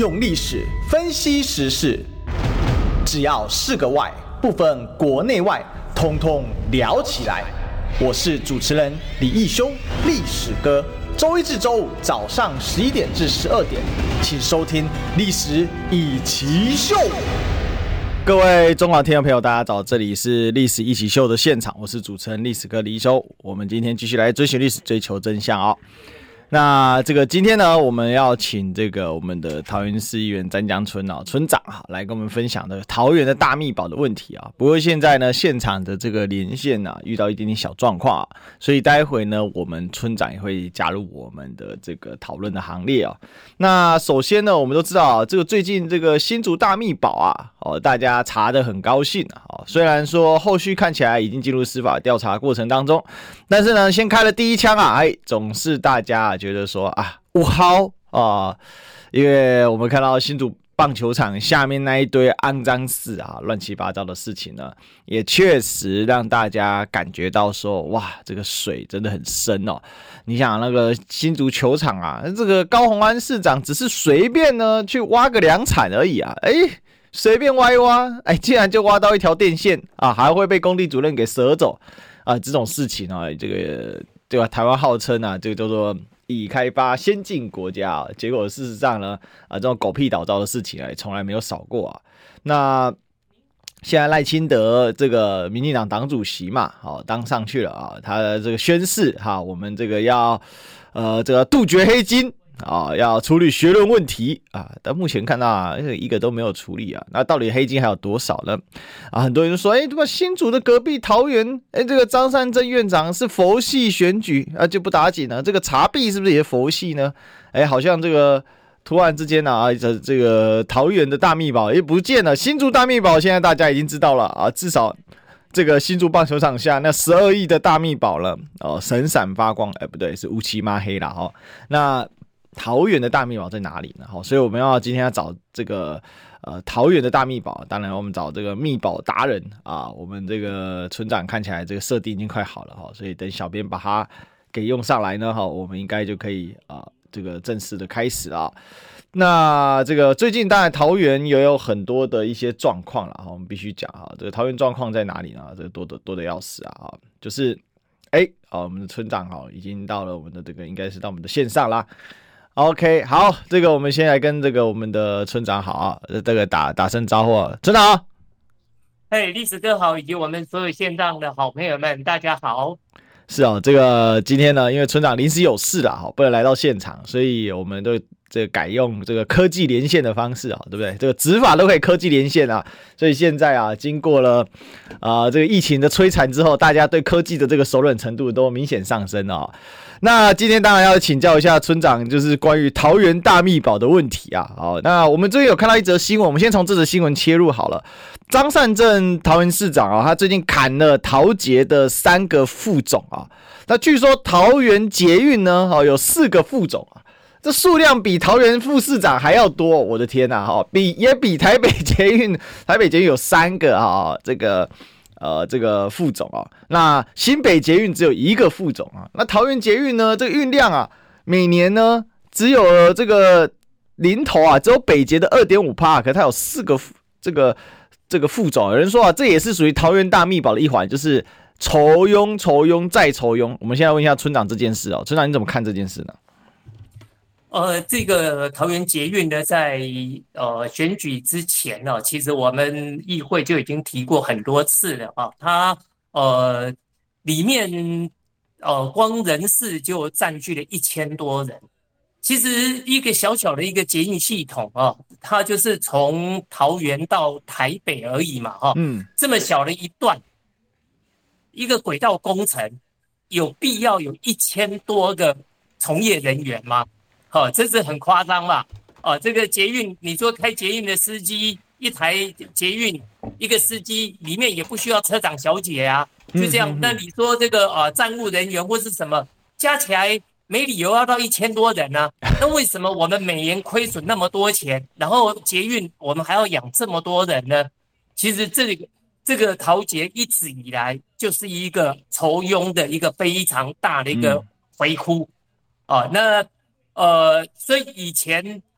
用历史分析时事，只要是个“外”，不分国内外，通通聊起来。我是主持人李义修，历史哥。周一至周五早上11点至12点，请收听《历史一起秀》。各位中广听众朋友，大家早，这里是《历史一起秀》的现场，我是主持人历史哥李义修。我们今天继续来追寻历史，追求真相哦。那今天呢，我们要请我们的桃园市议员詹江村村长来跟我们分享的桃园的大秘宝的问题啊。不过现在呢，现场的连线遇到一点点小状况所以待会呢，我们村长也会加入我们的讨论的行列那首先呢，我们都知道最近新竹大秘宝大家查得很高兴虽然说后续看起来已经进入司法调查过程当中，但是呢，先开了第一枪总是大家觉得说不好因为我们看到新竹棒球场下面那一堆肮脏事乱七八糟的事情呢，也确实让大家感觉到说，哇，这个水真的很深你想那个新竹球场高虹安市长只是随便呢去挖个2铲而已随便挖一挖，竟然就挖到一条电线还会被工地主任给折走这种事情对吧？台湾号称这个叫做已开发先进国家结果事实上呢这种狗屁倒灶的事情从来没有少过那现在赖清德民进党党主席嘛当上去了他的宣誓我们要杜绝黑金要处理学论问题但目前看到一个都没有处理那到底黑金还有多少呢很多人就说这个新竹的隔壁桃园张善政院长是佛系选举就不打紧了，查弊是不是也是佛系呢好像突然之间桃园的大秘宝也不见了，新竹大秘宝现在大家已经知道了至少新竹棒球场下那12亿的大秘宝了闪闪发光不对，是乌漆嘛黑啦那桃园的大秘宝在哪里呢？所以我们今天要找桃园的大秘宝，当然我们找秘宝达人我们村长看起来设定已经快好了所以等小编把它给用上来呢我们应该就可以正式的开始了。那最近当然桃园也有很多的一些状况了我们必须讲桃园状况在哪里呢？多的要死就是我们的村长已经到了我们的应该是到我们的线上啦。OK， 好，我们先来跟我们的村长好打声招呼村长好。 历史哥好，以及我们所有线上的好朋友们，大家好。 是今天呢，因为村长临时有事啦不能来到现场，所以我们都改用科技连线的方式对不对？执法都可以科技连线所以现在经过了疫情的摧残之后，大家对科技的熟稔程度都明显上升那今天当然要请教一下村长，就是关于桃园大秘宝的问题那我们最近有看到一则新闻，我们先从这则新闻切入好了。张善政桃园市长他最近砍了桃捷的3个副总那据说桃园捷运呢有4个副总这数量比桃园副市长还要多，我的天也比台北捷运有3个这个副总那新北捷运只有1个副总那桃园捷运呢运量每年呢只有零头只有北捷的 2.5%， 可它有4个这个副总，有人说这也是属于桃园大秘宝的一环，就是酬庸再酬庸。我们现在问一下村长这件事村长你怎么看这件事呢？ 这个桃园捷运呢，在选举之前其实我们议会就已经提过很多次了它里面光人事就占据了1000多人。其实一个小小的一个捷运系统它就是从桃园到台北而已嘛这么小的一段一个轨道工程，有必要有1000多个从业人员吗？这是很夸张吧这个捷运，你说开捷运的司机，一台捷运一个司机里面也不需要车长小姐就这样那你说站务人员或是什么加起来没理由要到1000多人那为什么我们每年亏损那么多钱，然后捷运我们还要养这么多人呢？其实这个桃捷一直以来就是一个酬庸的一个非常大的一个回哭那所以以前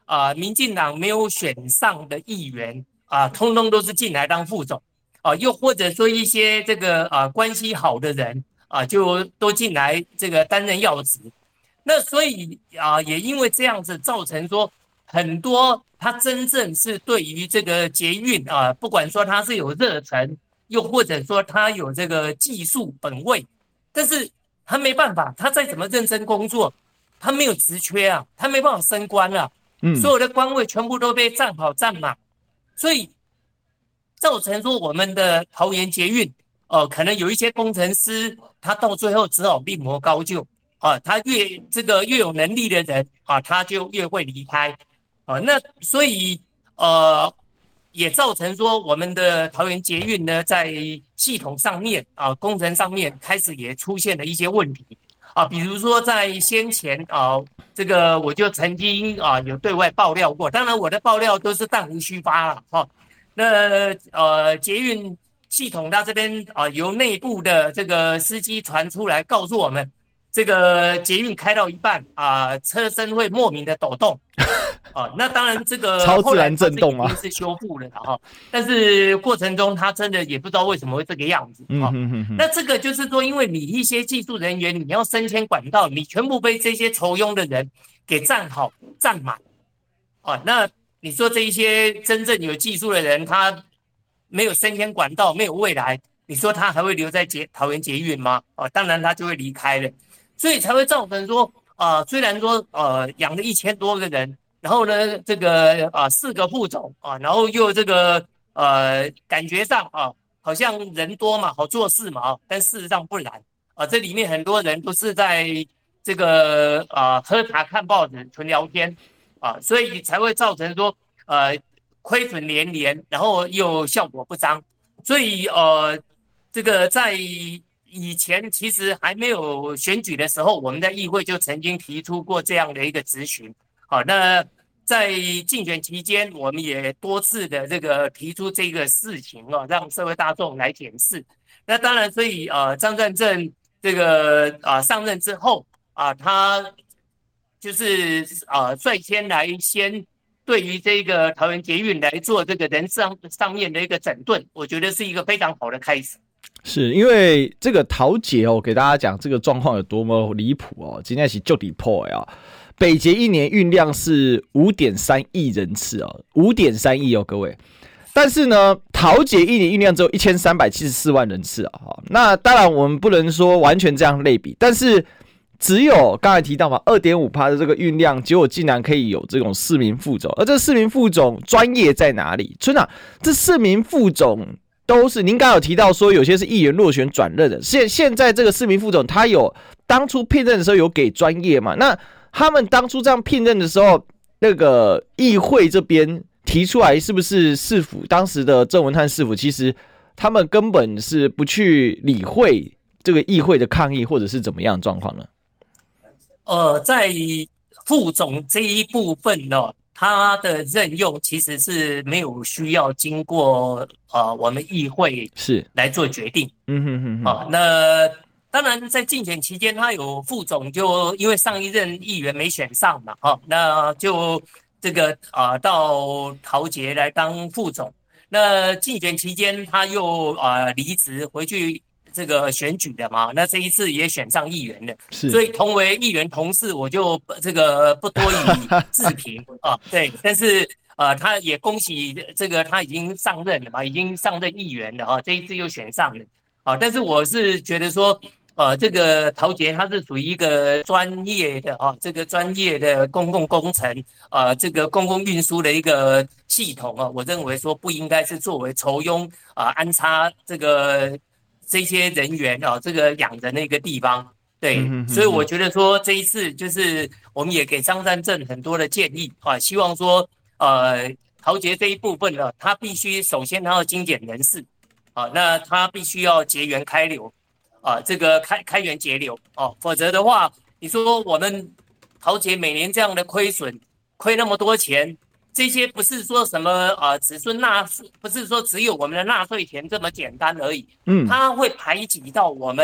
民进党没有选上的议员通通都是进来当副总又或者说一些这个关系好的人就都进来这个担任要职。那所以也因为这样子造成说很多他真正是对于这个捷运不管说他是有热忱，又或者说他有这个技术本位，但是他没办法，他再怎么认真工作，他没有职缺他没办法升官所有的官位全部都被占好占满，所以造成说我们的桃园捷运可能有一些工程师他到最后只好另谋高就他越有能力的人他就越会离开那所以也造成说我们的桃园捷运呢在系统上面工程上面开始也出现了一些问题比如说在先前这个我就曾经有对外爆料过，当然我的爆料都是弹无虚发那捷运系统它这边由内部的这个司机传出来告诉我们，这个捷运开到一半车身会莫名的抖动那当然这个超自然震动已经是修复了但是过程中他真的也不知道为什么会这个样子那这个就是说，因为你一些技术人员你要升迁管道，你全部被这些酬庸的人给占好占满那你说这一些真正有技术的人，他没有升迁管道，没有未来，你说他还会留在桃园捷运吗当然他就会离开了，所以才会造成说虽然说养了1000多个人，然后呢这个4个副总然后又这个感觉上好像人多嘛好做事嘛但事实上不然这里面很多人都是在这个喝茶看报纸纯聊天所以才会造成说亏损连连，然后又效果不彰，所以这个在以前其实还没有选举的时候，我们在议会就曾经提出过这样的一个质询那在竞选期间，我们也多次的这个提出这个事情让社会大众来检视。那当然，所以张善政这个上任之后他就是率先来先对于这个桃园捷运来做这个人上面的一个整顿，我觉得是一个非常好的开始。 是因为这个桃捷给大家讲这个状况有多么离谱今天是就离谱北捷一年运量是 5.3 亿人次5.3亿各位。但是呢，桃捷一年运量只有1374万人次那当然我们不能说完全这样类比，但是只有刚才提到嘛 2.5% 的这个运量，结果竟然可以有这种4名副总，而这4名副总专业在哪里？村长，这4名副总都是您刚刚有提到说有些是议员落选转任的，现在这个4名副总他有当初聘任的时候有给专业嘛？那他们当初这样聘任的时候，那个议会这边提出来是不是市府当时的郑文灿市府其实他们根本是不去理会这个议会的抗议或者是怎么样的状况呢？ 在副总这一部分呢，他的任用其实是没有需要经过我们议会是来做决定。那当然在竞选期间，他有副总，就因为上一任议员没选上嘛，那就这个到桃捷来当副总。那竞选期间他又离职回去这个选举的嘛，那这一次也选上议员了，所以同为议员同事，我就这个不多以置评对，但是他也恭喜这个他已经上任了嘛，已经上任议员了这一次又选上了但是我是觉得说这个桃捷它是属于一个专业的这个专业的公共工程这个公共运输的一个系统我认为说不应该是作为酬庸安插这些人员这个养的那个地方，对，所以我觉得说这一次就是我们也给张善政很多的建议希望说桃捷这一部分呢，他必须首先他要精简人事那他必须要结源开流这个开源节流否则的话，你说我们桃捷每年这样的亏损，亏那么多钱。这些不是说什么子孙纳税，不是说只有我们的纳税钱这么简单而已。它会排挤到我们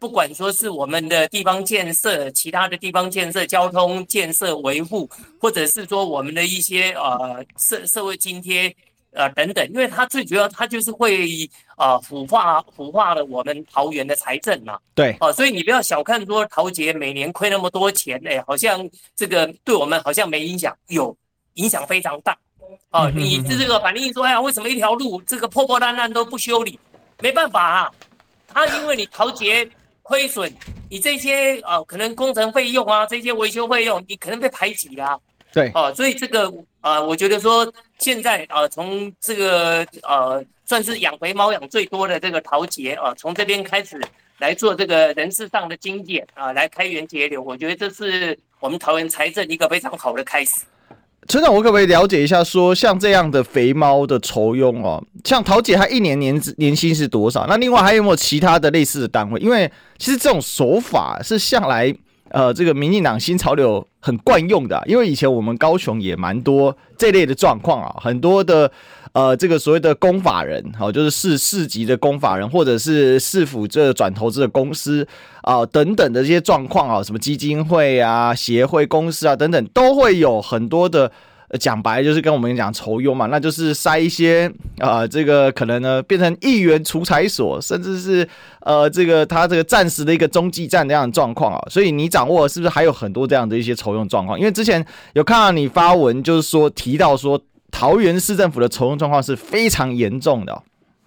不管说是我们的地方建设、其他的地方建设、交通建设维护，或者是说我们的一些社会津贴等等，因为它最主要它就是会腐化了我们桃园的财政嘛。 对， 所以你不要小看说桃捷每年亏那么多钱，好像这个对我们好像没影响，有影响非常大。你这个反映说，哎呀，为什么一条路这个破破烂烂都不修理？没办法啊，因为你桃捷亏损，你这些可能工程费用啊，这些维修费用，你可能被排挤啦。 对， 所以这个我觉得说现在从这个算是养肥猫养最多的这个桃捷从这边开始来做这个人事上的精简来开源节流，我觉得这是我们桃园财政一个非常好的开始。 村长，我可不可以了解一下说像这样的肥猫的酬庸哦，像桃姐她一年年薪是多少？那另外还有没有其他的类似的单位？因为其实这种手法是向来这个民进党新潮流很惯用的因为以前我们高雄也蛮多这类的状况很多的这个所谓的公法人就是市级的公法人，或者是市府这转投资的公司等等的这些状况什么基金会啊、协会、公司啊等等，都会有很多的讲白就是跟我们讲酬庸嘛，那就是塞一些这个可能呢变成议员储财所，甚至是这个他这个暂时的一个中继站这样的状况所以你掌握是不是还有很多这样的一些酬庸状况？因为之前有看到你发文，就是说提到说桃园市政府的酬庸状况是非常严重的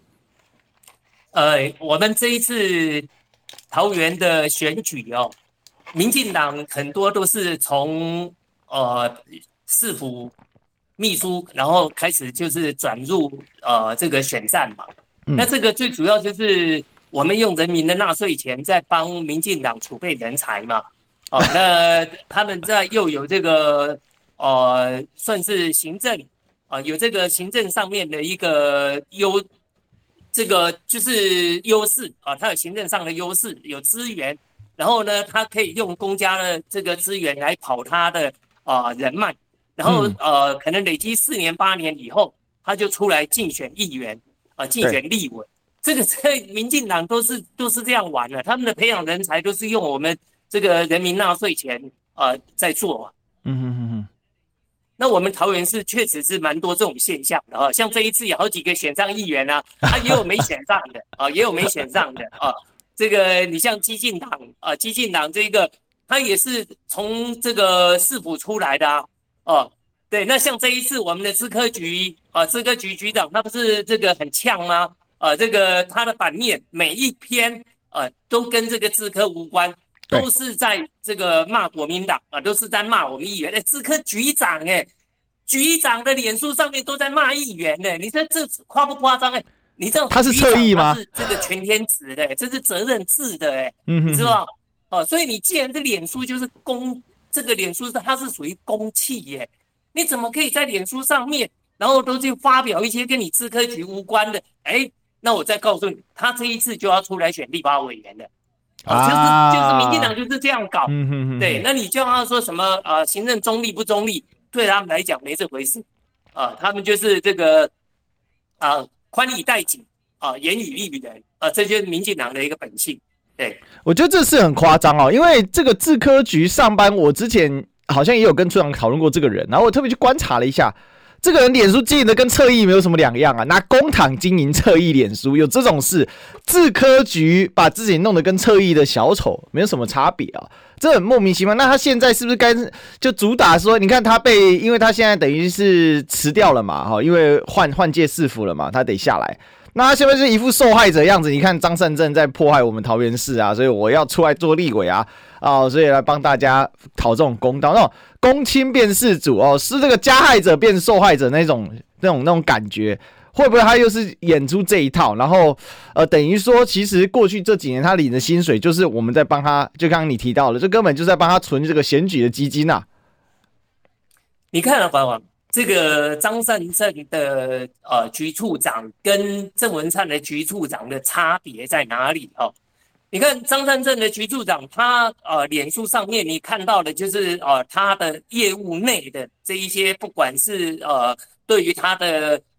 我们这一次桃园的选举民进党很多都是从市府秘书，然后开始就是转入这个选战嘛。那这个最主要就是我们用人民的纳税钱在帮民进党储备人才嘛。那他们在又有这个算是行政有这个行政上面的一个这个就是优势他有行政上的优势，有资源，然后呢，他可以用公家的这个资源来跑他的人脉。然后可能累积4年8年以后，他就出来竞选议员竞选立委。这个在民进党都是这样玩的，他们的培养人才都是用我们这个人民纳税钱在做那我们桃园市确实是蛮多这种现象的像这一次有好几个选上议员也有没选上的也有没选上的这个你像基进党这个他也是从这个市府出来的对，那像这一次我们的资科局局长，他不是这个很呛吗？这个他的版面每一篇都跟这个资科无关，都是在这个骂国民党都是在骂我们议员。资科局长局长的脸书上面都在骂议员你说这夸不夸张你知道他是侧翼吗？ 他是这个全天职的这是责任制的你知道所以你既然这脸书就是这个脸书它是属于公器你怎么可以在脸书上面然后都去发表一些跟你资科局无关的那我再告诉你，他这一次就要出来选立法委员的就是民进党就是这样搞对，那你叫他说什么行政中立不中立，对他们来讲没这回事他们就是这个宽以待己严以律人这就是民进党的一个本性。对， 我觉得这是很夸张因为这个资科局上班，我之前好像也有跟村长讨论过这个人，然后我特别去观察了一下，这个人脸书经营的跟侧翼没有什么两样拿公帑经营侧翼脸书，有这种事？资科局把自己弄得跟侧翼的小丑没有什么差别这很莫名其妙。那他现在是不是该就主打说，你看他因为他现在等于是辞掉了嘛因为换届市府了嘛，他得下来。那他现在是一副受害者的样子，你看张善政在迫害我们桃园市所以我要出来做立委所以来帮大家讨这种公道，那种公亲变事主是这个加害者变受害者那种感觉，会不会他又是演出这一套？然后等于说，其实过去这几年他领的薪水就是我们在帮他，就刚刚你提到了，这根本就是在帮他存这个选举的基金你看法王。这个张善政的局处长跟郑文灿的局处长的差别在哪里你看张善政的局处长，他脸书上面你看到的就是他的业务内的这一些，不管是对于他的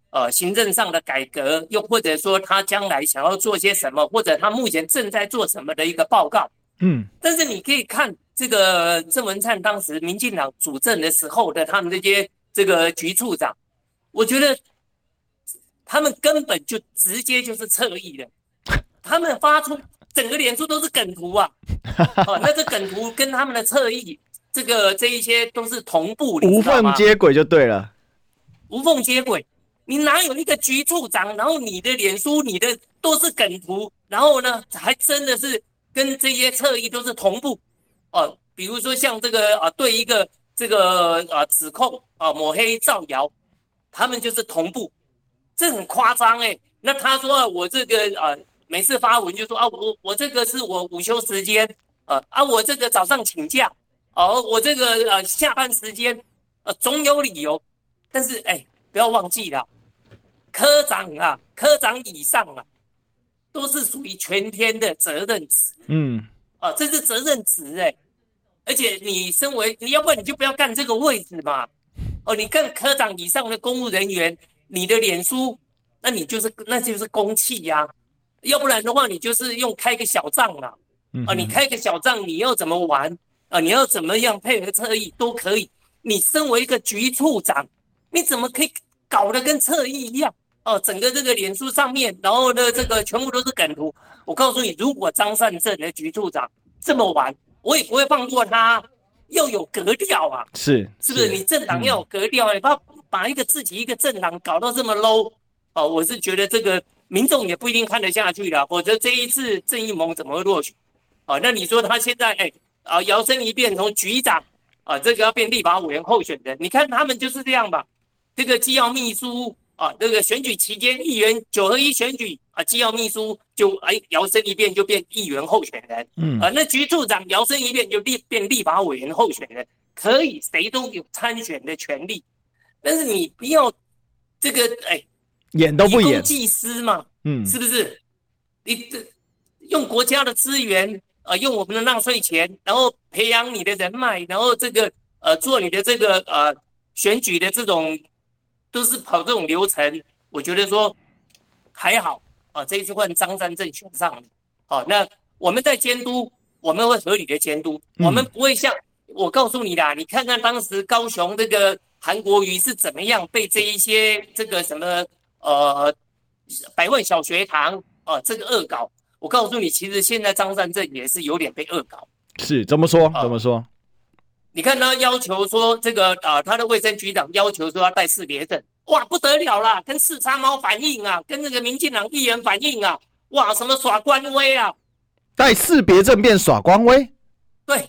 行政上的改革，又或者说他将来想要做些什么，或者他目前正在做什么的一个报告。但是你可以看这个郑文灿当时民进党主政的时候的他们这些这个局处长，我觉得他们根本就直接就是侧翼的，他们发出整个脸书都是梗图啊，那这梗图跟他们的侧翼这一些都是同步， 无缝接轨就对了， 无缝接轨。你哪有一个局处长，然后你的脸书你的都是梗图，然后呢还真的是跟这些侧翼都是同步比如说像这个对一个这个指控抹黑造谣，他们就是同步，这很夸张那他说我这个每次发文就说我这个是我午休时间我这个早上请假我这个下班时间总有理由，但是不要忘记了。科长以上都是属于全天的责任值。这是责任值而且你身为，你要不然你就不要干这个位置嘛。你干科长以上的公务人员，你的脸书，那就是公器呀。要不然的话，你就是开个小账啦。你开个小账，你要怎么玩你要怎么样配合侧翼都可以。你身为一个局处长，你怎么可以搞得跟侧翼一样？整个这个脸书上面，然后呢，这个全部都是梗图。我告诉你，如果张善政的局处长这么玩，我也不会放过他。要有格调啊，是不是？你政党要有格调把自己一个政党搞到这么 low 我是觉得这个民众也不一定看得下去了。否则这一次郑义萌怎么会落选？那你说他现在摇身一变从局长这个要变立法委员候选人，你看他们就是这样吧。这个机要秘书这个选举期间议员9合1选举机要秘书就摇身一变就变议员候选人。那局处长摇身一变就变立法委员候选人，可以谁都有参选的权利。但是你不要这个演都不演， 以公济私嘛，是不是？你用国家的资源用我们的纳税钱，然后培养你的人脉，然后这个做你的这个选举的这种都是跑这种流程，我觉得说还好这一次换张善政选上了那我们在监督，我们会合理的监督，我们不会像我告诉你啦，你看看当时高雄这个韩国瑜是怎么样被这一些这个什么百万小学堂这个恶搞。我告诉你，其实现在张善政也是有点被恶搞。 是怎么说？怎么说？ 你看他要求说这个他的卫生局长要求说要带识别证，哇不得了啦，跟四叉猫反映跟那个民进党议员反映哇什么耍官威带识别证变耍官威？ 对，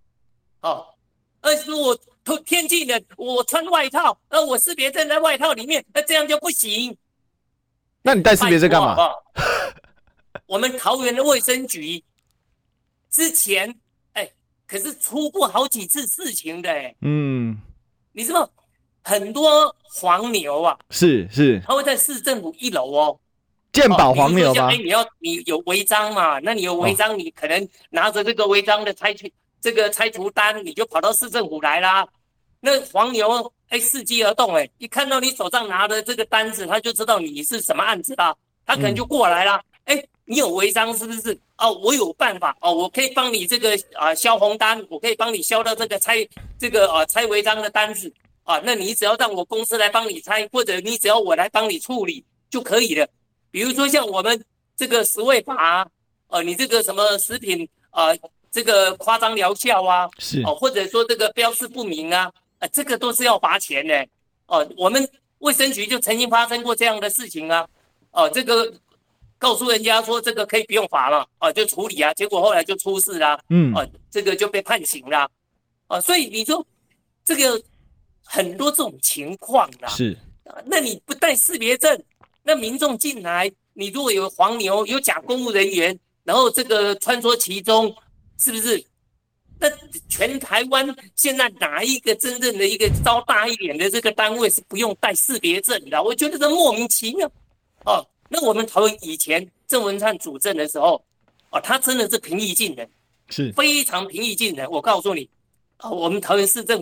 如果天气冷，我穿外套，我识别证在外套里面，这样就不行。 那你带识别证干嘛？ 我们桃园的卫生局之前可是出过好几次事情的你知道很多黄牛是他会在市政府1楼健保黄牛吗？ 你有违章嘛？那你有违章，你可能拿着这个违章的拆除单，你就跑到市政府来啦。那黄牛伺机而动一看到你手上拿的这个单子，他就知道你是什么案子啦，他可能就过来啦。你有违章是不是？我有办法我可以帮你这个销红单，我可以帮你销到这个拆违章的单子那你只要让我公司来帮你拆，或者你只要我来帮你处理就可以了。比如说像我们这个食卫法你这个什么食品这个夸张疗效是或者说这个标示不明这个都是要罚钱的我们卫生局就曾经发生过这样的事情这个告诉人家说这个可以不用罚嘛就处理结果后来就出事啦这个就被判刑啦所以你说这个很多这种情况是那你不带识别证，那民众进来，你如果有黄牛有假公务人员，然后这个穿梭其中，是不是？那全台湾现在哪一个真正的一个稍大一点的这个单位是不用带识别证的？我觉得这莫名其妙那我们讨论以前郑文灿主政的时候他真的是平易近人， 是非常平易近人。我告诉你我们桃园市政府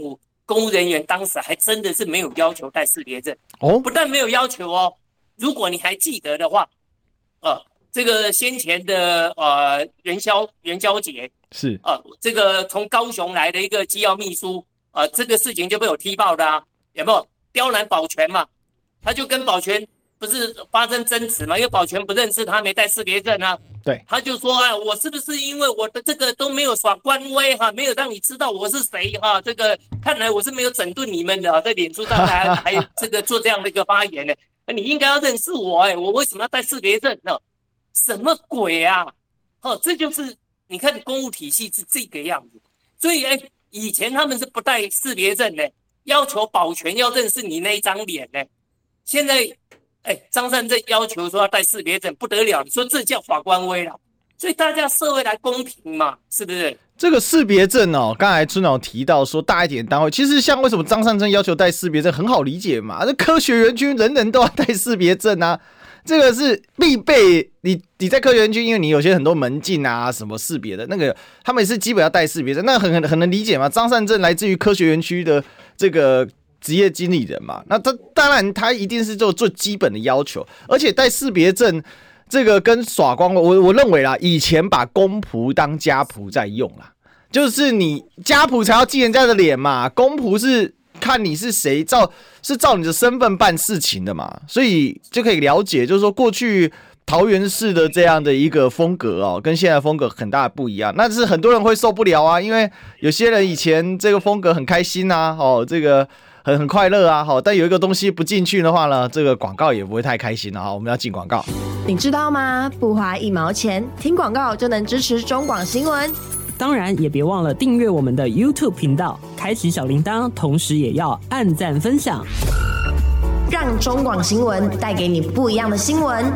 公务人员当时还真的是没有要求带识别证哦， 不但没有要求哦，如果你还记得的话，这个先前的元宵节是这个从高雄来的一个机要秘书这个事情就被我踢爆的啊，有没有？刁难保全嘛，他就跟保全不是发生争执嘛，因为保全不认识他，没带识别证啊。 对， 他就说啊，我是不是因为我的这个都没有耍官威哈，没有让你知道我是谁哈？这个看来我是没有整顿你们的，在脸书上还这个做这样的一个发言呢。你应该要认识我我为什么要带识别证呢？什么鬼啊？这就是你看公务体系是这个样子，所以以前他们是不带识别证的，要求保全要认识你那一张脸呢。现在张善政要求说要带识别证，不得了，你说这叫法官威了？所以大家社会来公平嘛，是不是？ 这个识别证刚才村长提到说大一点单位，其实像为什么张善政要求带识别证，很好理解嘛，这科学园区人人都要带识别证啊。这个是必备，你在科学园区，因为你有些很多门禁啊，什么识别的那个，他们也是基本要带识别证，那很能理解嘛。张善政来自于科学园区的这个职业经理人嘛，那他当然他一定是做最基本的要求，而且带识别证这个跟耍光，我认为啦，以前把公仆当家仆在用啦，就是你家仆才要记人家的脸嘛，公仆是看你是谁，照你的身份办事情的嘛，所以就可以了解，就是说过去桃园市的这样的一个风格跟现在的风格很大的不一样。那是很多人会受不了啊，因为有些人以前这个风格很开心啊，这个很快乐啊，但有一个东西不进去的话呢，这个广告也不会太开心了我们要进广告。 你知道吗？不花1毛钱，听广告就能支持中广新闻。 当然也别忘了订阅我们的 YouTube 频道，开启小铃铛，同时也要按赞分享， 让中广新闻带给你不一样的新闻。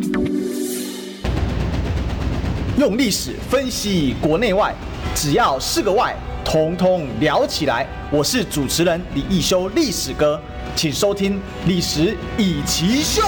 用历史分析国内外，只要是个“外”，统统聊起来。我是主持人李义修，历史哥，请收听《历史一起秀》。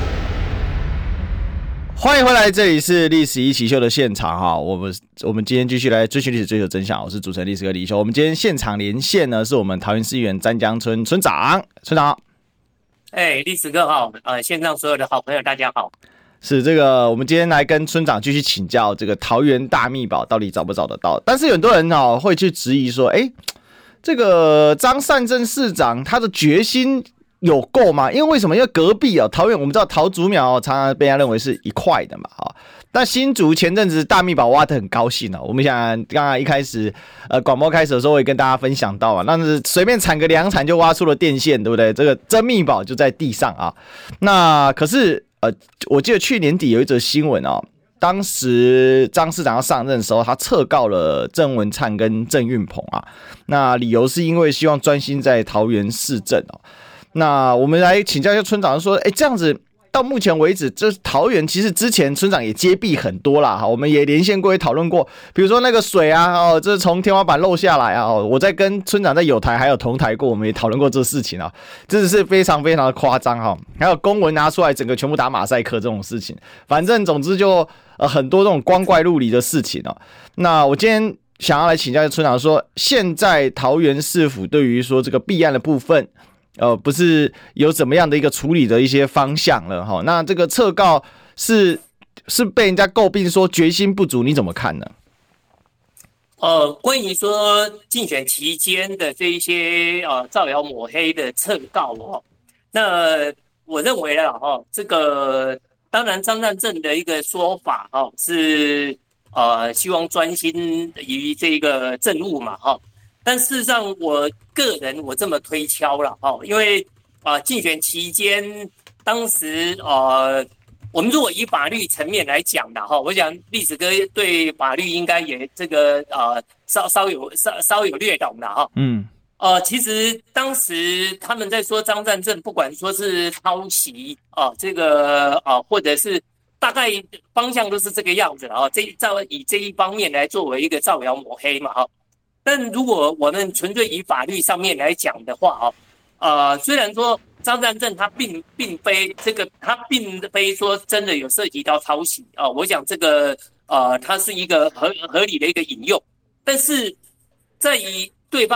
欢迎回来，这里是历史一起秀的现场我们今天继续来追寻历史，追求真相。我是主持人历史哥李修。我们今天现场连线呢，是我们桃园市议员詹江村村长。村长， 历史哥好，线上所有的好朋友大家好。 是这个，我们今天来跟村长继续请教这个桃园大秘宝到底找不找得到？但是有很多人会去质疑说，这个张善政市长他的决心有够吗？因为什么？因为隔壁桃园，我们知道桃竹苗常常被人家认为是一块的嘛但新竹前阵子大秘宝挖得很高兴我们想刚刚一开始广播开始的时候，我也跟大家分享到那是随便铲个2铲就挖出了电线，对不对？这个真秘宝就在地上那可是我记得去年底有一则新闻当时张市长要上任的时候，他撤告了郑文灿跟郑运鹏那理由是因为希望专心在桃园市政那我们来请教一下村长说，这样子到目前为止，这桃园其实之前村长也揭弊很多啦我们也连线过也讨论过，比如说那个水这是从天花板漏下来我在跟村长在友台还有同台过，我们也讨论过这事情真的是非常非常的夸张还有公文拿出来整个全部打马赛克这种事情，反正总之就很多这种光怪陆离的事情那我今天想要来请教村长说，现在桃园市府对于说这个弊案的部分不是有怎么样的一个处理的一些方向了那这个撤告是被人家诟病说决心不足，你怎么看呢？ 关于说竞选期间的这一些造谣抹黑的撤告那我认为这个当然张善政的一个说法是希望专心于这个政务嘛但事实上我个人我这么推敲了因为竞选期间当时我们如果以法律层面来讲的我想历史哥对法律应该也这个稍有略懂的其实当时他们在说张善政不管说是抄袭这个或者是大概方向都是这个样子以这一方面来作为一个造谣抹黑嘛但如果我们纯粹以法律上面来讲的话虽然说张善政他并非说真的有涉及到抄袭我想这个它是一个合理的一个引用，但是在以对方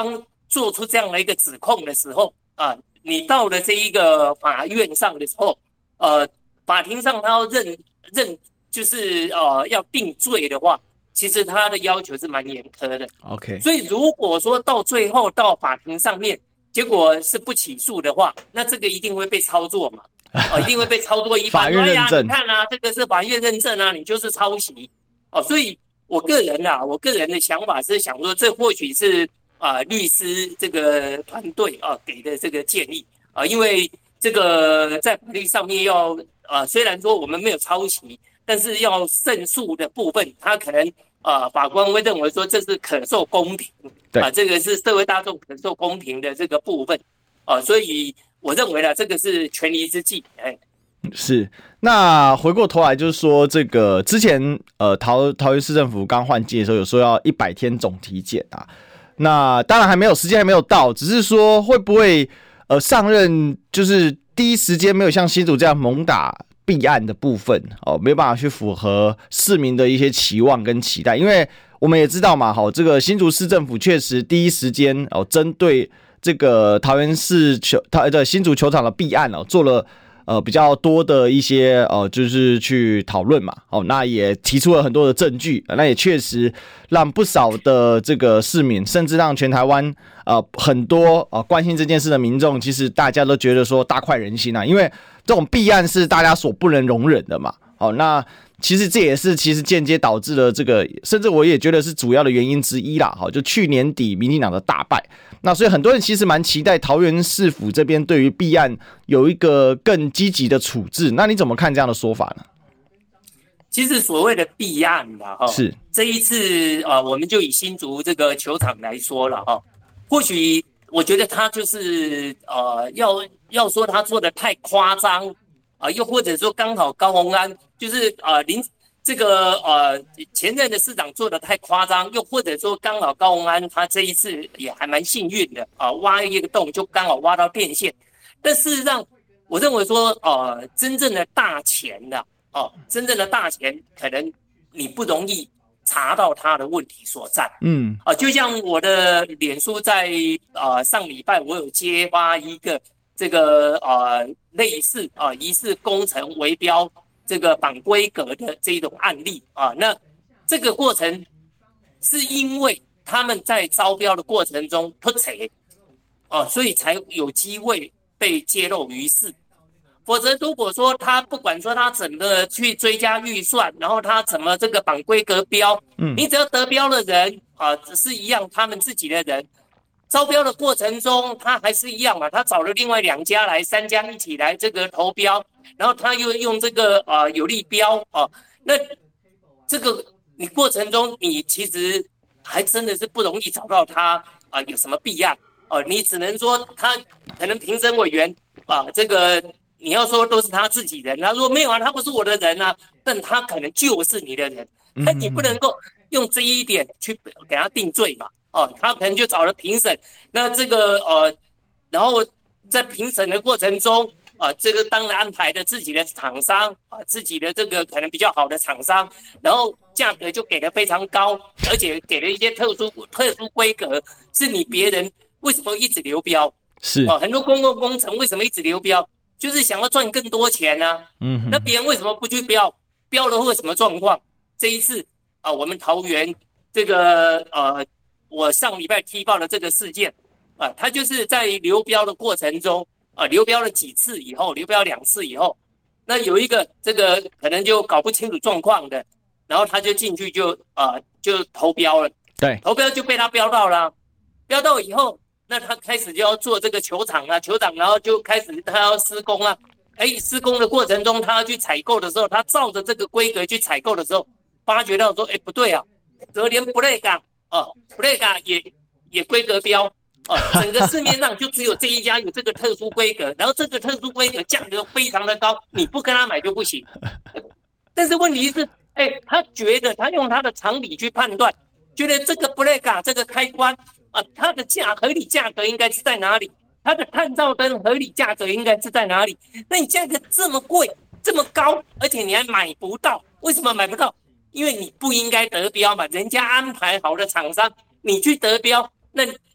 做出这样的一个指控的时候啊，你到了这一个法院上的时候，法庭上他要就是要定罪的话，其实他的要求是蛮严苛的。 OK， 所以如果说到最后到法庭上面，结果是不起诉的话，那这个一定会被操作嘛。一定会被操作一番。 法院认证， 你看啊，这个是法院认证啊，你就是抄袭所以我个人的想法是想说，这或许是律师这个团队给的这个建议因为这个在法律上面要虽然说我们没有抄袭，但是要胜诉的部分，他可能法官会认为说这是可受公平这个是社会大众可受公平的这个部分所以。我认为这个是权宜之计。 是。那回过头来就是说，这个之前桃园市政府刚换届的时候，有说要100天总体检啊。那当然时间还没有到，只是说会不会上任就是第一时间没有像新竹这样猛打弊案的部分没有办法去符合市民的一些期望跟期待，因为我们也知道嘛，这个新竹市政府确实第一时间针对。这个桃园市新竹球场的弊案做了比较多的一些就是去讨论嘛那也提出了很多的证据那也确实让不少的这个市民，甚至让全台湾很多关心这件事的民众，其实大家都觉得说大快人心因为这种弊案是大家所不能容忍的嘛那其实这也是间接导致了这个，甚至我也觉得是主要的原因之一啦就去年底民进党的大败。那所以很多人其实蛮期待桃园市府这边对于弊案有一个更积极的处置，那你怎么看这样的说法呢？ 其实所谓的弊案是这一次我们就以新竹这个球场来说了或许我觉得他就是要说他做的太夸张又或者说刚好高虹安就是这个前任的市长做的太夸张，又或者说刚好高虹安他这一次也还蛮幸运的挖一个洞就刚好挖到电线。但事实上，我认为说真正的大钱真正的大钱可能你不容易查到他的问题所在。就像我的脸书在上礼拜我有揭发一个这个类似疑似工程围标。这个反规格的这种案例那这个过程是因为他们在招标的过程中脱贼所以才有机会被揭露于世。否则如果说他不管说他怎么去追加预算，然后他怎么这个反规格标你只要得标的人是一样他们自己的人，招标的过程中他还是一样嘛，他找了另外2家来3家一起来这个投标，然后他又用这个有利标那这个你过程中你其实还真的是不容易找到他有什么弊案你只能说他可能评审委员这个你要说都是他自己人，他说没有他不是我的人但他可能就是你的人，那你不能够用这一点去给他定罪嘛他可能就找了评审，那这个然后在评审的过程中这个当然安排的自己的厂商自己的这个可能比较好的厂商，然后价格就给的非常高，而且给了一些特殊规格，是你别人为什么一直流标？ 是很多公共工程为什么一直流标？就是想要赚更多钱那别人为什么不去标？标了会什么状况？这一次我们桃园这个我上礼拜踢爆的这个事件他就是在流标的过程中流标了几次以后，流标2次以后，那有一个这个可能就搞不清楚状况的，然后他就进去就投标了， 对， 投标就被他标到了，标到以后，那他开始就要做这个球场然后就开始他要施工施工的过程中他要去采购的时候，他照着这个规格去采购的时候，发觉到说不对怎么连布雷港也规格标整个市面上就只有这一家有这个特殊规格，然后这个特殊规格价格非常的高，你不跟他买就不行。但是问题是他觉得他用他的常理去判断，觉得这个 breaker 这个开关它的合理价格应该是在哪里，它的探照灯合理价格应该是在哪里，那你价格这么贵这么高，而且你还买不到，为什么买不到？因为你不应该得标嘛，人家安排好的厂商你去得标，那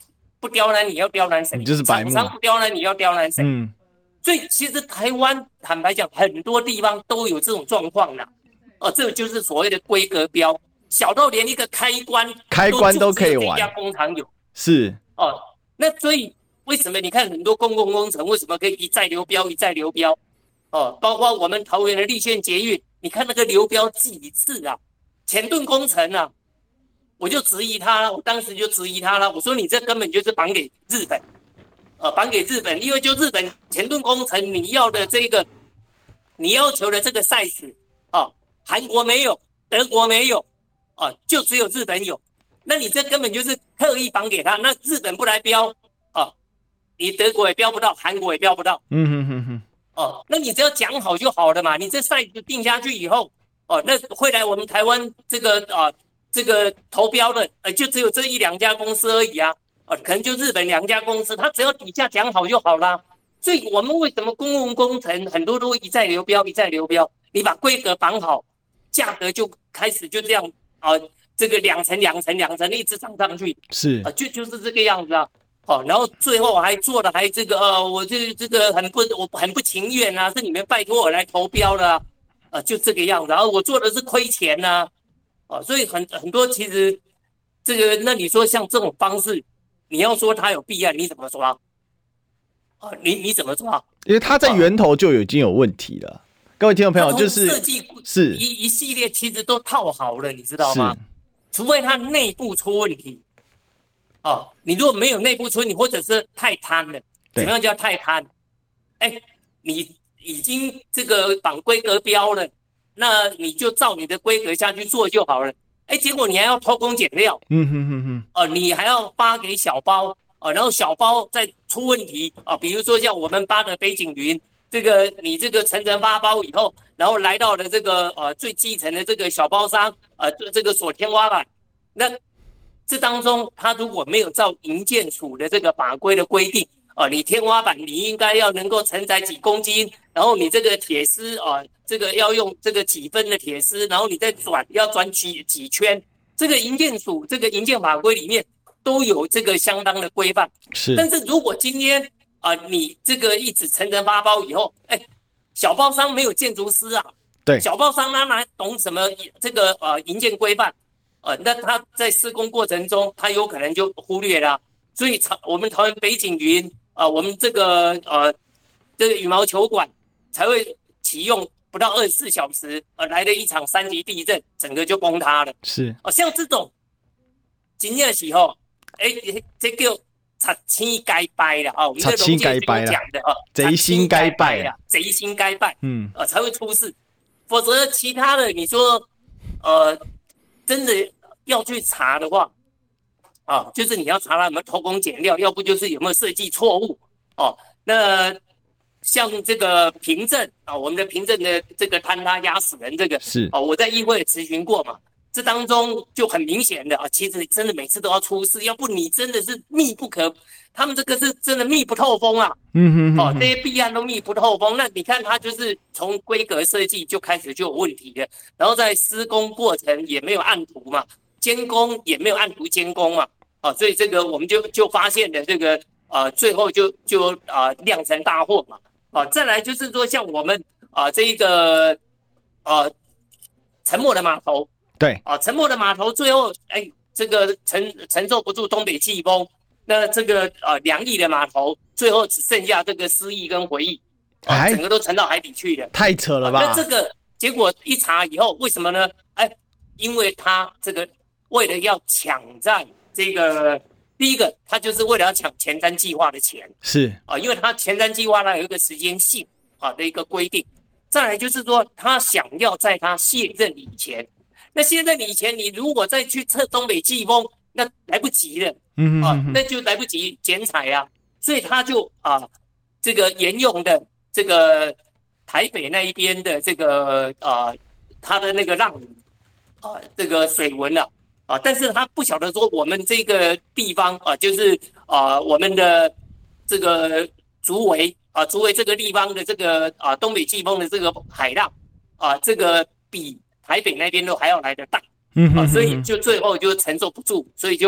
不刁难你要刁难谁？ 你就是白目。 厂商不刁难你要刁难谁？所以其实台湾坦白讲，很多地方都有这种状况啦。这就是所谓的规格标，小到连一个开关都可以玩。这家工厂有是那所以为什么你看很多公共工程为什么可以一再流标？包括我们桃园的立宪捷运，你看那个流标几次啊？前盾工程啊，我就质疑他了，我当时就质疑他了，我说你这根本就是绑给日本，因为就日本前盾工程你要的这个，你要求的这个 size 韩国没有，德国没有，就只有日本有，那你这根本就是特意绑给他，那日本不来标你德国也标不到，韩国也标不到，那你只要讲好就好了嘛，你这 size 定下去以后。那会来我们台湾这个投标的，就只有这一两家公司而已啊，可能就日本2家公司，他只要底价讲好就好啦。所以我们为什么公共工程很多都一再流标，你把规格绑好，价格就开始就这样这个两层一直涨上去， 是就是这个样子啊。然后最后还做的还这个我这个我很不情愿啊，是你们拜托我来投标的就这个样子，然后我做的是亏钱呐，所以很多其实这个，那你说像这种方式，你要说它有弊案，你怎么抓？你怎么抓？ 因为它在源头就已经有问题了。各位听众朋友，就是设计是一系列其实都套好了，你知道吗？除非它内部出问题，你如果没有内部出问题，或者是太贪了，怎么样叫太贪？你已经这个绑规格标了，那你就照你的规格下去做就好了。结果你还要偷工减料，你还要发给小包，然后小包再出问题比如说像我们发的北景云，这个你这个层发包以后，然后来到了这个最基层的这个小包商这个锁天花板，那这当中他如果没有照营建署的这个法规的规定。你天花板你应该要能够承载几公斤，然后你这个铁丝这个要用这个几分的铁丝，然后你再要转几圈，这个营建署这个营建法规里面都有这个相当的规范。是，但是如果今天你这个一纸层发包以后，小包商没有建筑师啊，对，小包商他哪懂什么这个营建规范？那他在施工过程中他有可能就忽略了。所以我们桃园北景云我们这个羽毛球馆才会启用不到24小时来了一场3级地震，整个就崩塌了。是像这种真的时候这个贼心该败了我们这龙介讲的贼心该败了，贼心该败才会出事。否则其他的你说真的要去查的话就是你要查他有没有偷工减料，要不就是有没有设计错误那像这个凭证我们的凭证的这个坍塌压死人这个是我在议会也咨询过嘛，这当中就很明显的其实真的每次都要出事，要不你真的是密不可，他们这个是真的密不透风啊。这些弊案都密不透风，那你看他就是从规格设计就开始就有问题了，然后在施工过程也没有按图嘛。监工也没有按图监工嘛，所以这个我们就发现了这个最后就酿成大祸嘛，再来就是说像我们这一个沉没的码头，对沉没的码头最后这个承受不住东北季风，那这个2亿的码头最后只剩下这个失忆跟回忆，整个都沉到海底去了，太扯了吧？那这个结果一查以后，为什么呢？因为他这个。为了要抢占这个，第一个，他就是为了要抢前瞻计划的钱，是因为他前瞻计划呢有一个时间性的一个规定。再来就是说，他想要在他卸任以前，那卸任以前，你如果再去测东北季风，那来不及了，那就来不及剪彩啊，所以他就这个沿用的这个台北那一边的这个他的那个浪雨这个水文但是他不晓得说我们这个地方就是我们的这个竹围这个地方的这个东北季风的这个海浪这个比台北那边都还要来得大所以就最后就承受不住，所以就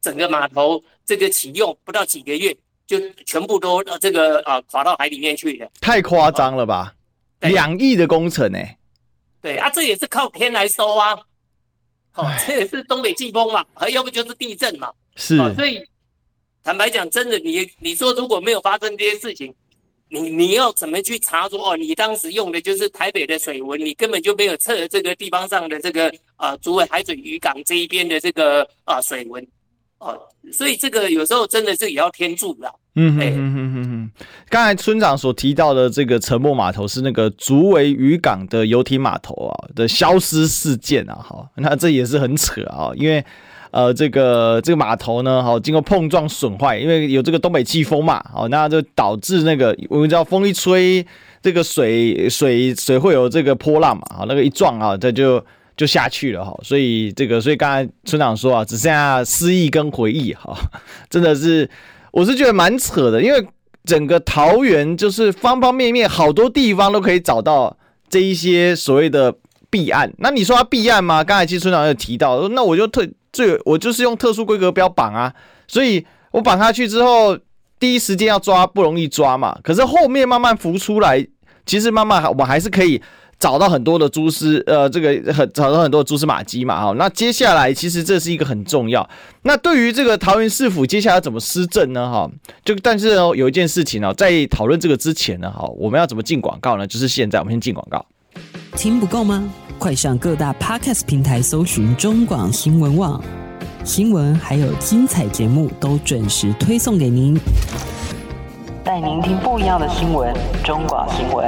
整个码头这个启用不到几个月，就全部都垮到海里面去了。 太夸张了吧？2亿的工程欸。 对啊，这也是靠天来收啊。这也是东北季风嘛，要不就是地震嘛。 是。 所以坦白讲，真的你说如果没有发生这些事情，你要怎么去查说你当时用的就是台北的水文，你根本就没有测这个地方上的这个竹围海水渔港这一边的这个水文所以这个有时候真的是也要天助啦。 刚才村长所提到的这个沉没码头是那个竹围渔港的游艇码头的消失事件好，那这也是很扯因为这个码头呢，经过碰撞损坏，因为有这个东北季风嘛，那就导致那个我们知道风一吹，这个水会有这个波浪嘛，那个一撞这就下去了所以刚才村长说只剩下思忆跟回忆真的是我是觉得蛮扯的，因为整个桃园就是方方面面好多地方都可以找到这一些所谓的弊案。那你说它弊案吗？刚才其实村长有提到，那我就是用特殊规格标绑所以我绑下去之后，第一时间要抓不容易抓嘛。可是后面慢慢浮出来，其实慢慢我们还是可以找到很多的蛛丝，找到很多的蛛丝马迹嘛。那接下来其实这是一个很重要。那对于这个桃园市府接下来怎么施政呢？但是有一件事情在讨论这个之前呢，我们要怎么进广告呢？就是现在我们先进广告。 听不够吗？快上各大 Podcast 平台搜寻中广新闻网，新闻还有精彩节目都准时推送给您，带您听不一样的新闻。中广新闻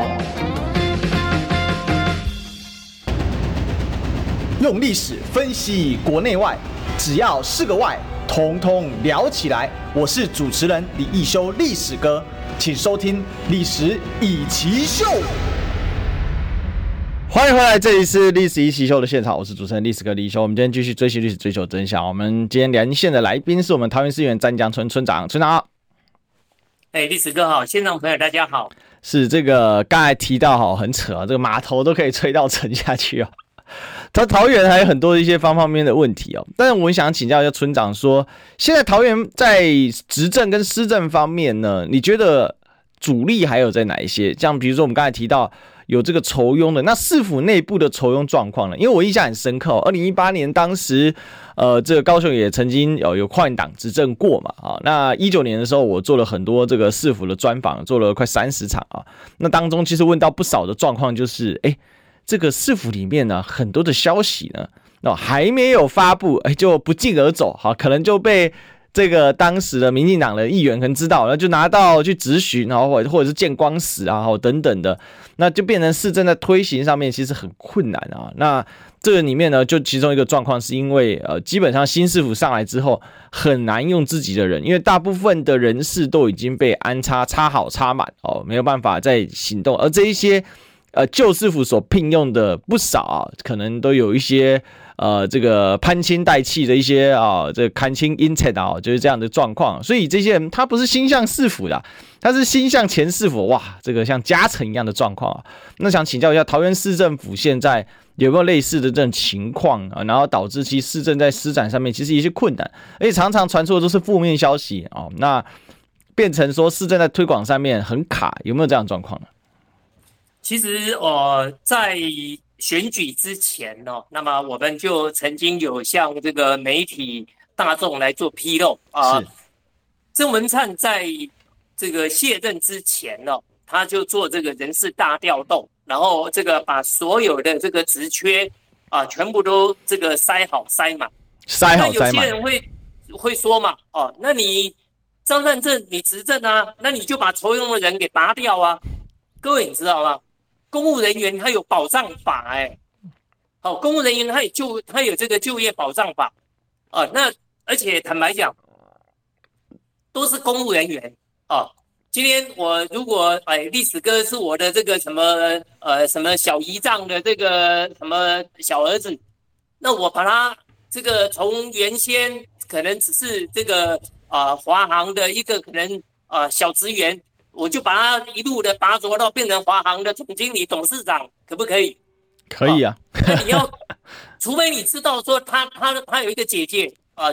用历史分析国内外，只要是个外，统统聊起来。我是主持人李义修，历史哥，请收听《历史一起秀》。欢迎回来，这里是历史一起秀的现场，我是主持人历史哥李义修。我们今天继续追寻历史，追求真相。我们今天连线的来宾是我们桃园市议员詹江村村长，村长好。 历史哥好，现场朋友大家好。 是这个刚才提到很扯这个码头都可以吹到沉下去桃园还有很多一些方方面面的问题但是我想请教一下村长说，现在桃园在执政跟施政方面呢，你觉得主力还有在哪一些？像比如说我们刚才提到有这个酬庸的，那市府内部的酬庸状况呢？因为我印象很深刻2018年当时这个高雄也曾经有跨党执政过嘛那19年的时候我做了很多这个市府的专访，做了快30场那当中其实问到不少的状况，就是这个市府里面呢很多的消息呢还没有发布就不胫而走可能就被这个当时的民进党的议员可能知道，然后就拿到去质询，然后或者是见光死等等的，那就变成市政在推行上面其实很困难那这个里面呢，就其中一个状况是因为基本上新市府上来之后很难用自己的人，因为大部分的人事都已经被安插好插满没有办法再行动，而这一些旧市府所聘用的不少可能都有一些这个攀亲带气的一些这个看清阴沉就是这样的状况，所以这些人他不是心向市府的，他是心向前市府，哇，这个像加成一样的状况那想请教一下，桃园市政府现在有没有类似的这种情况然后导致其市政在施展上面其实一些困难，而且常常传出的都是负面消息那变成说市政在推广上面很卡，有没有这样的状况呢？ 其实在选举之前那么我们就曾经有向这个媒体大众来做披露郑文灿在这个卸任之前他就做这个人事大调动，然后这个把所有的这个职缺全部都这个塞好塞满。那有些人会说嘛那你张善政你执政那你就把酬庸的人给拔掉各位你知道吗？公务人员他有保障法公务人员他有这个就业保障法那而且坦白讲都是公务人员今天我如果历史哥是我的这个什么小姨丈的这个什么小儿子，那我把他这个从原先可能只是这个华航的一个可能小职员，我就把他一路的拔擢到变成华航的总经理、董事长，可不可以？ 可以那你要，除非你知道说他有一个姐姐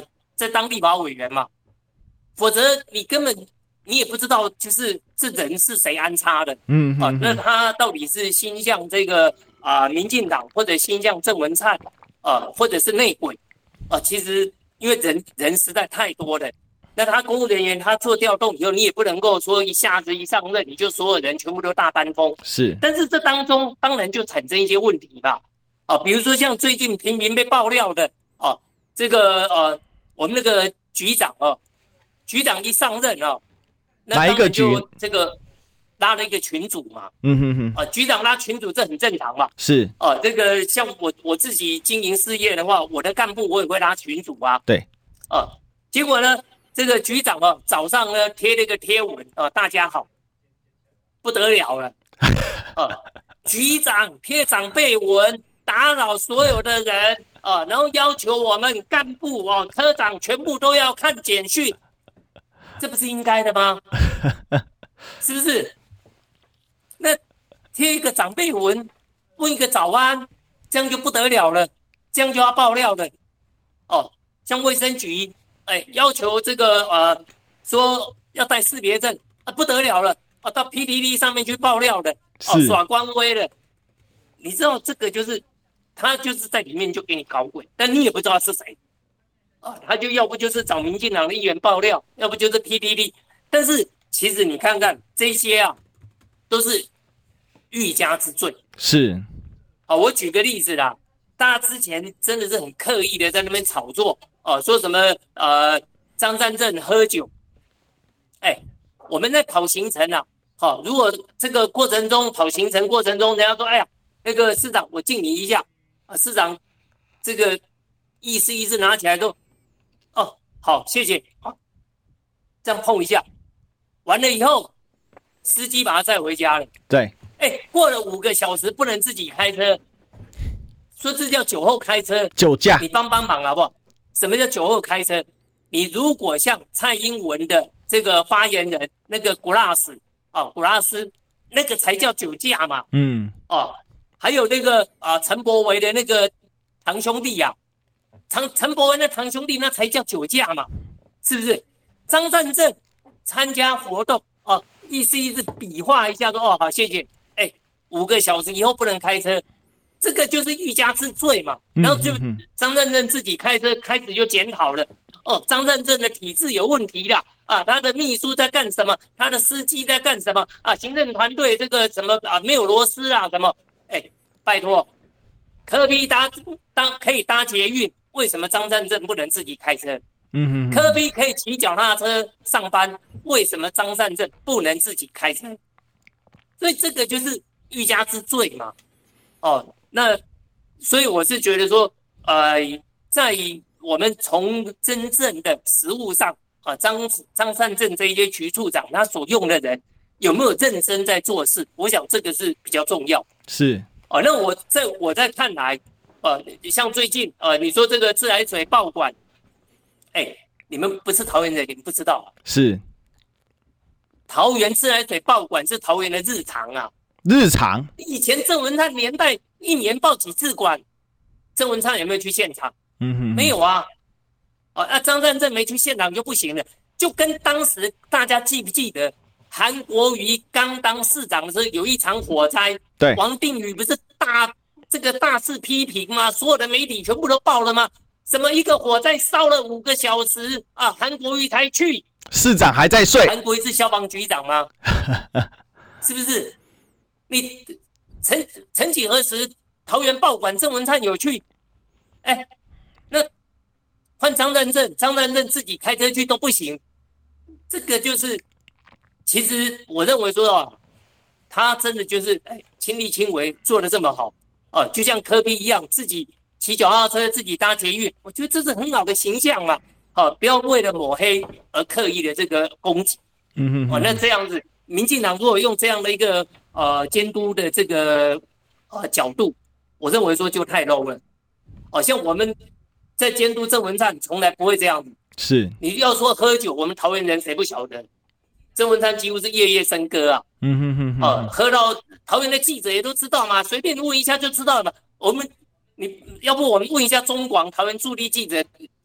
在当立法委员嘛，否则你根本你也不知道，就是这人是谁安插的，那他到底是心向这个民进党，或者心向郑文灿，或者是内鬼，其实因为人实在太多了。那他公务人员他做调动以后，你也不能够说一下子一上任你就所有人全部都大搬风。 是， 但是这当中当然就产生一些问题嘛。比如说像最近频频被爆料的这个我们那个局长局长一上任那哪一个局？ 这个拉了一个群组嘛。局长拉群组这很正常嘛。 是。 这个像我自己经营事业的话，我的干部我也会拉群组啊。 对。 结果呢？这个局长早上呢贴了一个贴文大家好，不得了了，局长贴长辈文，打扰所有的人然后要求我们干部科长全部都要看简讯，这不是应该的吗？是不是？那贴一个长辈文，问一个早安，这样就不得了了，这样就要爆料了像卫生局。要求这个说要带识别证不得了了到 PTT 上面去爆料的耍官威了。你知道这个就是他就是在里面就给你搞鬼，但你也不知道是谁他就要不就是找民进党的议员爆料，要不就是 PTT。但是其实你看看这些都是欲加之罪。 是。 我举个例子啦，大家之前真的是很刻意的在那边炒作。说什么张善政喝酒，我们在跑行程如果这个过程中跑行程过程中，人家说哎呀那个市长我敬你一下市长这个意思拿起来说好谢谢这样碰一下，完了以后司机把他载回家了。 对。 过了5个小时不能自己开车，说这叫酒后开车， 酒驾， 你帮忙好不好？什么叫酒后开车？你如果像蔡英文的这个发言人那个古拉斯那个才叫酒驾嘛。还有那个陈柏惟的那个堂兄弟陈柏惟的堂兄弟那才叫酒驾嘛，是不是？张善政参加活动意思比划一下说好谢谢，5个小时以后不能开车。这个就是欲加之罪嘛，然后就张善政自己开车开始就检讨了，张善政的体制有问题啦，他的秘书在干什么，他的司机在干什么行政团队这个什么没有螺丝什么，拜托，柯 P 可以搭捷运，为什么张善政不能自己开车？柯 P 可以骑脚踏车上班，为什么张善政不能自己开车？所以这个就是欲加之罪嘛。那所以我是觉得说，在我们从真正的实务上张善政这一些局处长他所用的人有没有认真在做事，我想这个是比较重要。 是。 那我在看来，像最近你说这个自来水爆管，你们不是桃园人，你们不知道。 是。 桃园自来水爆管是桃园的日常日常。 以前郑文灿年代1年爆几次管，郑文灿有没有去现场？没有张善政没去现场就不行了，就跟当时大家记不记得韩国瑜刚当市长的时候有一场火灾， 对， 王定宇不是大肆批评吗？所有的媒体全部都报了吗？什么一个火灾烧了5个小时韩国瑜才去， 市长还在睡。 韩国瑜是消防局长吗？是不是？你曾几何时桃园爆管郑文灿有去，那换张善政自己开车去都不行，这个就是其实我认为说他真的就是亲力亲为做得这么好就像柯 P 一样自己骑脚踏车自己搭捷运，我觉得这是很好的形象嘛。不要为了抹黑而刻意的这个攻击。那这样子民进党如果用这样的一个监督的这个角度，我认为说就太 low 了。像我们在监督郑文灿从来不会这样子。 是。 你要说喝酒，我们桃园人谁不晓得？郑文灿几乎是夜夜笙歌喝到桃园的记者也都知道嘛，随便问一下就知道了嘛。你要不我们问一下中广桃园驻地记者，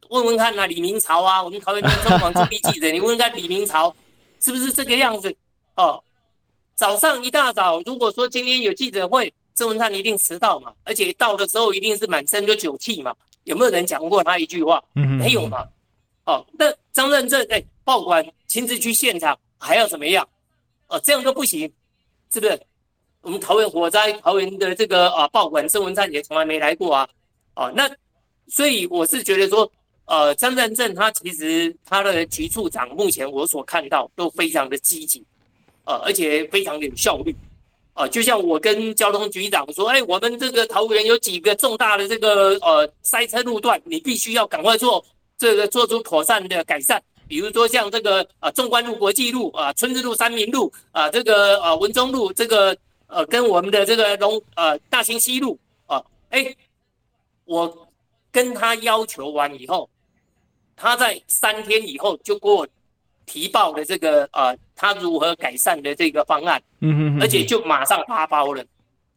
问问看李明朝啊，我们桃园中广驻地记者，你问问看李明朝是不是这个样子？早上一大早，如果说今天有记者会，郑文灿一定迟到嘛，而且到的时候一定是满身就酒气嘛，有没有人讲过他一句话？没有嘛。那张善政报馆亲自去现场，还要怎么样？这样都不行，是不是？我们桃园火灾，桃园的这个报馆郑文灿也从来没来过啊。那所以我是觉得说，张善政他其实他的局处长目前我所看到都非常的积极，而且非常的有效率。就像我跟交通局长说，我们这个桃园有几个重大的这个塞车路段，你必须要赶快做出妥善的改善。比如说像这个纵贯路、国际路春日路、三民路这个文中路，这个跟我们的这个大兴西路我跟他要求完以后，他在3天以后就给我提报了这个他如何改善的这个方案，而且就马上发包了。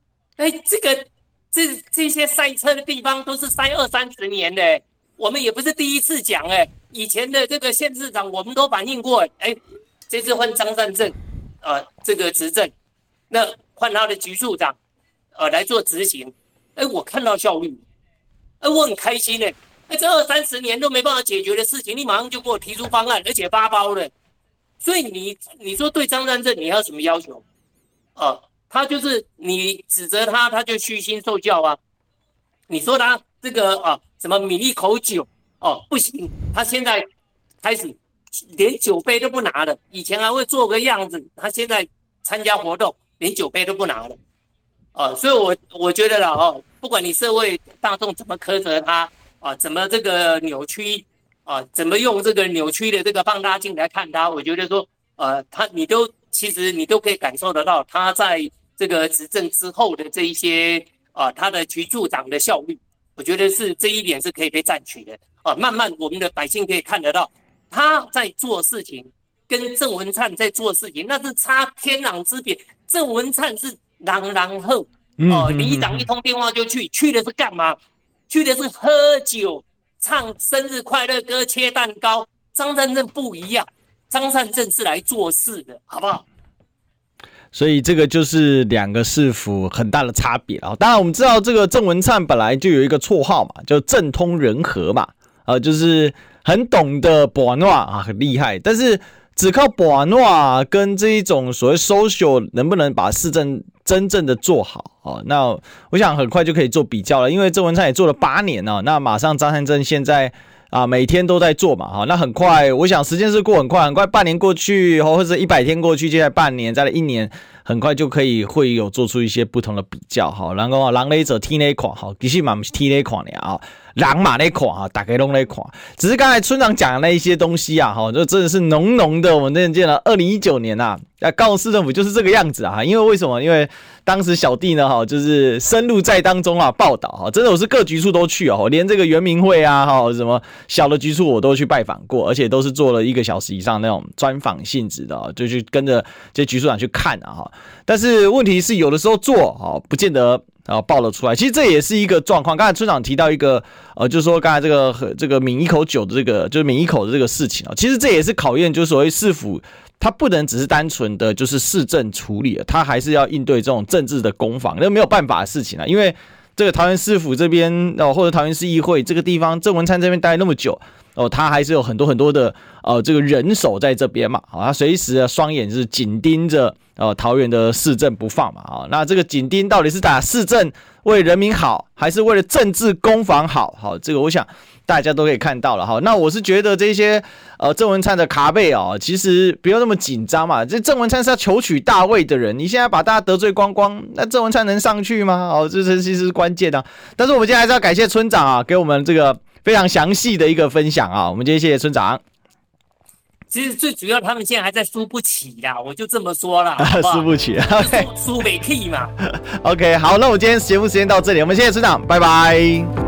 这些塞车的地方都是塞20-30年的，我们也不是第一次讲以前的这个县市长我们都反映过，这次换张善政这个执政，那换他的局处长来做执行，我看到效率，我很开心这20-30年都没办法解决的事情，你马上就给我提出方案，而且发包了。所以你说对张善政你还有什么要求？他就是你指责他，他就虚心受教啊。你说他这个什么抿一口酒不行，他现在开始连酒杯都不拿了，以前还会做个样子，他现在参加活动连酒杯都不拿了。所以我觉得啦不管你社会大众怎么苛责他怎么这个扭曲怎么用这个扭曲的这个放大镜来看他，我觉得说其实你都可以感受得到他在这个执政之后的这一些他的局处长的效率，我觉得是这一点是可以被赞许的慢慢我们的百姓可以看得到他在做事情跟郑文灿在做事情那是差天壤之别。郑文灿是然后里长一通电话就去的是干嘛？去的是喝酒唱生日快乐歌切蛋糕。张善政不一样，张善政是来做事的，好不好？ 所以这个就是两个市府很大的差别当然我们知道这个郑文灿本来就有一个绰号嘛，叫政通人和嘛就是很懂得把诺很厉害，但是只靠把诺跟这一种所谓 social 能不能把市政真正的做好那我想很快就可以做比较了，因为郑文灿也做了8年那马上张善政现在每天都在做嘛那很快我想时间是过很快半年过去或者100天过去，接下来半年再来1年，很快就会有做出一些不同的比较然后人在做天在看其实也不是天在看人嘛在看大家都在看，只是刚才村长讲的那一些东西就真的是浓浓的我们真的见了2019年高雄市政府就是这个样子因为为什么？因为当时小弟呢就是深入在当中报道真的我是各局处都去连这个原民会什么小的局处我都去拜访过，而且都是做了1个小时以上那种专访性质的就去跟着这些局处长去看但是问题是有的时候做不见得爆了出来，其实这也是一个状况。刚才村长提到一个就是说刚才这个抿一口酒的就是抿一口的这个事情其实这也是考验就是所谓市府他不能只是单纯的就是市政处理他还是要应对这种政治的攻防，那没有办法的事情因为这个桃园市府这边或者桃园市议会这个地方郑文灿这边待那么久他还是有很多的这个人手在这边嘛他随时双眼是紧盯着桃园的市政不放嘛那这个紧盯到底是打市政为人民好，还是为了政治攻防好这个我想大家都可以看到了那我是觉得这些郑文灿的卡背其实不要那么紧张嘛，这郑文灿是要求取大位的人，你现在把大家得罪光光，那郑文灿能上去吗？这其实是关键的但是我们今天还是要感谢村长给我们这个非常详细的一个分享我们今天谢谢村长。 其实最主要他们现在还在输不起啦，我就这么说啦输不起输不起嘛 OK 好，那我今天节目时间到这里，我们谢谢村长，拜拜。